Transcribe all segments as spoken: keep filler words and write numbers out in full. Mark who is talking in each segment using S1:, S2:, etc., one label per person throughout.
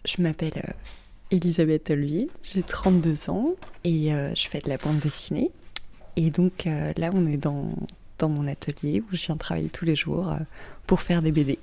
S1: Je m'appelle euh, Elisabeth Olivier, j'ai trente-deux ans et euh, je fais de la bande dessinée. Et donc euh, là, on est dans, dans mon atelier où je viens travailler tous les jours euh, pour faire des B D.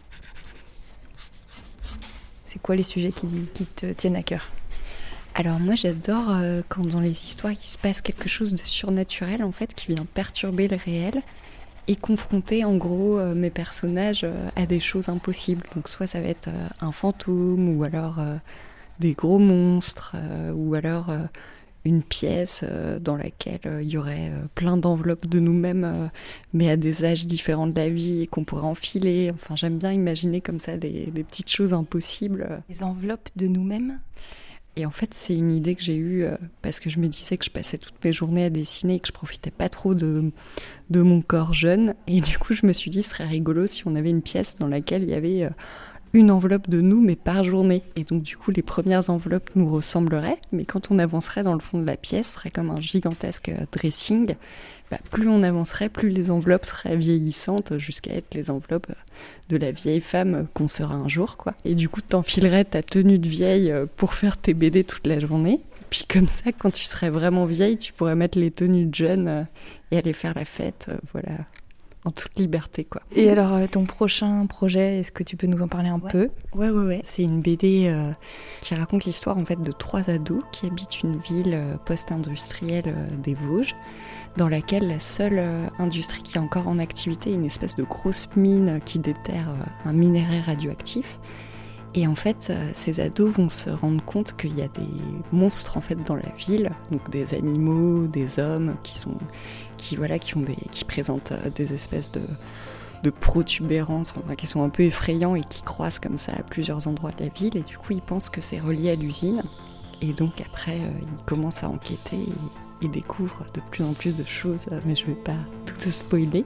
S2: C'est quoi les sujets qui, qui te tiennent à cœur ?
S1: Alors moi, j'adore euh, quand dans les histoires, il se passe quelque chose de surnaturel, en fait, qui vient perturber le réel et confronter, en gros, euh, mes personnages euh, à des choses impossibles. Donc soit ça va être euh, un fantôme, ou alors euh, des gros monstres, euh, ou alors euh, une pièce euh, dans laquelle il euh, y aurait euh, plein d'enveloppes de nous-mêmes, euh, mais à des âges différents de la vie, et qu'on pourrait enfiler. Enfin, j'aime bien imaginer comme ça des, des petites choses impossibles.
S2: Les enveloppes de nous-mêmes ?
S1: Et en fait, c'est une idée que j'ai eue euh, parce que je me disais que je passais toutes mes journées à dessiner et que je profitais pas trop de, de mon corps jeune. Et du coup, je me suis dit, ce serait rigolo si on avait une pièce dans laquelle il y avait euh, une enveloppe de nous, mais par journée. Et donc, du coup, les premières enveloppes nous ressembleraient, mais quand on avancerait dans le fond de la pièce, ce serait comme un gigantesque euh, dressing. Bah, plus on avancerait, plus les enveloppes seraient vieillissantes jusqu'à être les enveloppes de la vieille femme qu'on sera un jour, quoi. Et du coup, t'enfilerais ta tenue de vieille pour faire tes B D toute la journée. Puis comme ça, quand tu serais vraiment vieille, tu pourrais mettre les tenues de jeune et aller faire la fête, voilà, en toute liberté, quoi.
S2: Et alors, ton prochain projet, est-ce que tu peux nous en parler un
S1: ouais.
S2: peu ?
S1: Ouais, ouais, ouais. C'est une B D euh, qui raconte l'histoire, en fait, de trois ados qui habitent une ville euh, post-industrielle euh, des Vosges, dans laquelle la seule euh, industrie qui est encore en activité est une espèce de grosse mine qui déterre euh, un minerai radioactif. Et en fait, euh, ces ados vont se rendre compte qu'il y a des monstres en fait dans la ville, donc des animaux, des hommes qui sont, qui voilà, qui ont des, qui présentent euh, des espèces de de protubérances, enfin, qui sont un peu effrayants et qui croissent comme ça à plusieurs endroits de la ville. Et du coup, ils pensent que c'est relié à l'usine. Et donc après, euh, ils commencent à enquêter. Et, il découvre de plus en plus de choses, mais je vais pas tout te spoiler.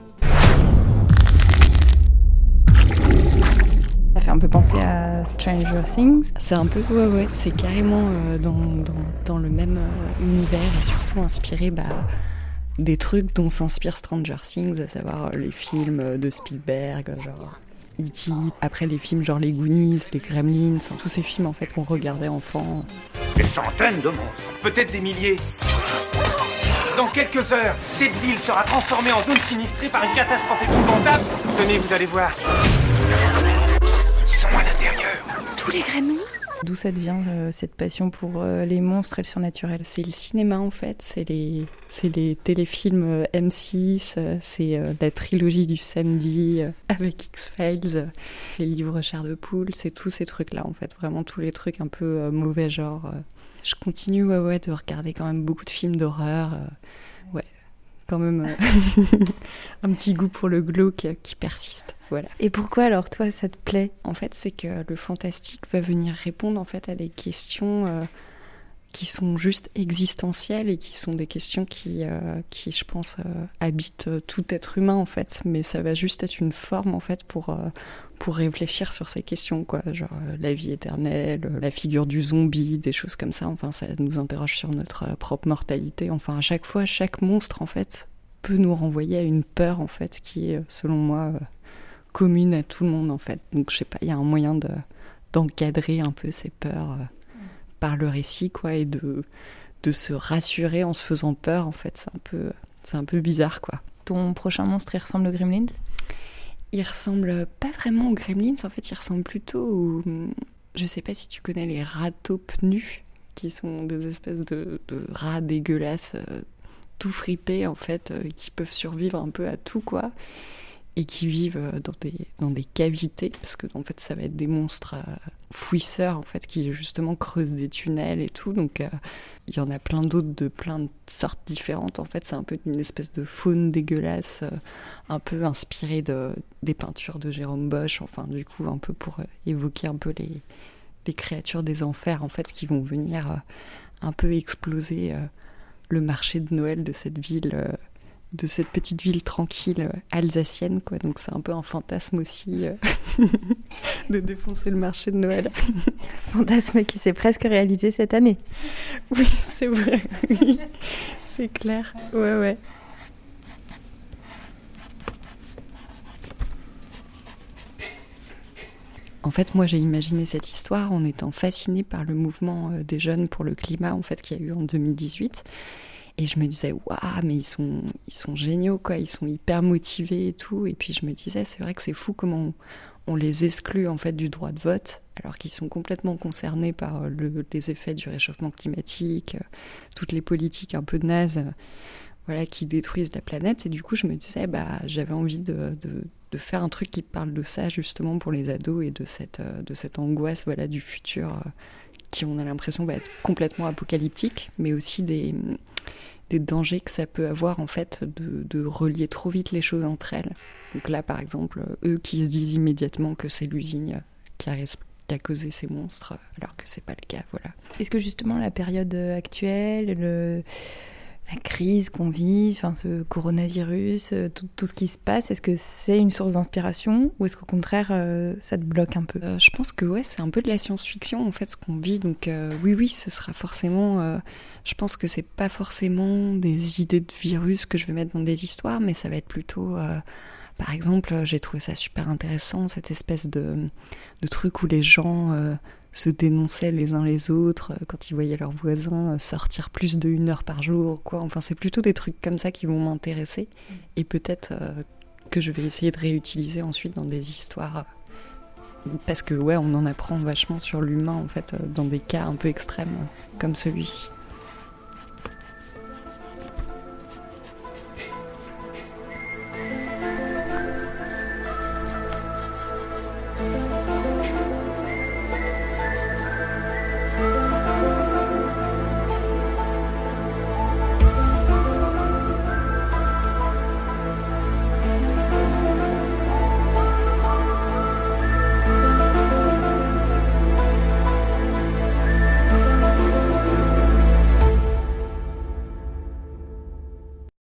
S2: Ça fait un peu penser à Stranger Things.
S1: C'est un peu, ouais, ouais, c'est carrément euh, dans, dans, dans le même euh, univers et surtout inspiré bah, des trucs dont s'inspire Stranger Things, à savoir les films de Spielberg, genre E T, après les films genre les Goonies, les Gremlins, tous ces films en fait qu'on regardait enfant.
S3: Des centaines de monstres, peut-être des milliers. Dans quelques heures, cette ville sera transformée en zone sinistrée par une catastrophe épouvantable. Tenez, vous allez voir. Ils sont à l'intérieur.
S2: Tous les gremlins ? D'où ça devient euh, cette passion pour euh, les monstres et le surnaturel ?
S1: C'est le cinéma en fait, c'est les, c'est les téléfilms euh, M six, euh, c'est euh, la trilogie du samedi euh, avec X-Files, euh, les livres Chair de poule, c'est tous ces trucs-là en fait, vraiment tous les trucs un peu euh, mauvais genre. Euh. Je continue ouais, ouais, de regarder quand même beaucoup de films d'horreur, euh, ouais, quand même euh, un petit goût pour le glauque euh, qui persiste. Voilà.
S2: Et pourquoi alors toi ça te plaît ?
S1: En fait, c'est que le fantastique va venir répondre en fait à des questions euh, qui sont juste existentielles et qui sont des questions qui, euh, qui je pense, euh, habitent tout être humain en fait. Mais ça va juste être une forme en fait pour euh, pour réfléchir sur ces questions, quoi. Genre euh, la vie éternelle, euh, la figure du zombie, des choses comme ça. Enfin, ça nous interroge sur notre euh, propre mortalité. Enfin, à chaque fois, chaque monstre en fait peut nous renvoyer à une peur en fait qui est, selon moi, euh, commune à tout le monde en fait. Donc je sais pas, il y a un moyen de d'encadrer un peu ces peurs euh, par le récit, quoi, et de de se rassurer en se faisant peur en fait. C'est un peu c'est un peu bizarre, quoi.
S2: Ton prochain monstre, il ressemble aux Gremlins ?
S1: Il ressemble pas vraiment aux Gremlins, en fait, il ressemble plutôt aux... Je sais pas si tu connais les ratopnus, qui sont des espèces de, de rats dégueulasses, euh, tout fripés, en fait, euh, qui peuvent survivre un peu à tout, quoi, et qui vivent dans des, dans des cavités, parce que, en fait, ça va être des monstres euh, fouisseurs, en fait, qui, justement, creusent des tunnels et tout, donc... Euh, il y en a plein d'autres de plein de sortes différentes. En fait, c'est un peu une espèce de faune dégueulasse, euh, un peu inspirée de, des peintures de Jérôme Bosch. Enfin, du coup, un peu pour euh, évoquer un peu les, les créatures des enfers, en fait, qui vont venir euh, un peu exploser euh, le marché de Noël de cette ville, euh, de cette petite ville tranquille euh, alsacienne, quoi. Donc, c'est un peu un fantasme aussi euh, de défoncer le marché de Noël.
S2: Fantasme qui s'est presque réalisé cette année.
S1: Oui, c'est vrai. Oui, c'est clair. Ouais, ouais. En fait, moi, j'ai imaginé cette histoire en étant fascinée par le mouvement des jeunes pour le climat, en fait, qu'il y a eu en deux mille dix-huit. Et je me disais, waouh, mais ils sont, ils sont géniaux, quoi. Ils sont hyper motivés et tout. Et puis je me disais, c'est vrai que c'est fou comment on, on les exclut, en fait, du droit de vote, alors qu'ils sont complètement concernés par le, les effets du réchauffement climatique, toutes les politiques un peu nazes, voilà, qui détruisent la planète. Et du coup, je me disais, bah, j'avais envie de, de, de faire un truc qui parle de ça, justement, pour les ados et de cette, de cette angoisse, voilà, du futur, qui, on a l'impression, va être complètement apocalyptique, mais aussi des, des dangers que ça peut avoir, en fait, de, de relier trop vite les choses entre elles. Donc là, par exemple, eux qui se disent immédiatement que c'est l'usine qui a, qui a causé ces monstres, alors que c'est pas le cas, voilà.
S2: Est-ce que, justement, la période actuelle, le... la crise qu'on vit, enfin ce coronavirus, tout, tout ce qui se passe, est-ce que c'est une source d'inspiration ou est-ce qu'au contraire euh, ça te bloque un peu ?
S1: euh, Je pense que ouais, c'est un peu de la science-fiction en fait ce qu'on vit, donc euh, oui oui, ce sera forcément. Euh, je pense que c'est pas forcément des idées de virus que je vais mettre dans des histoires, mais ça va être plutôt. Euh, par exemple, j'ai trouvé ça super intéressant, cette espèce de, de truc où les gens euh, se dénonçaient les uns les autres quand ils voyaient leurs voisins sortir plus de une heure par jour, quoi. Enfin, c'est plutôt des trucs comme ça qui vont m'intéresser et peut-être euh, que je vais essayer de réutiliser ensuite dans des histoires parce que ouais, on en apprend vachement sur l'humain en fait dans des cas un peu extrêmes comme celui-ci.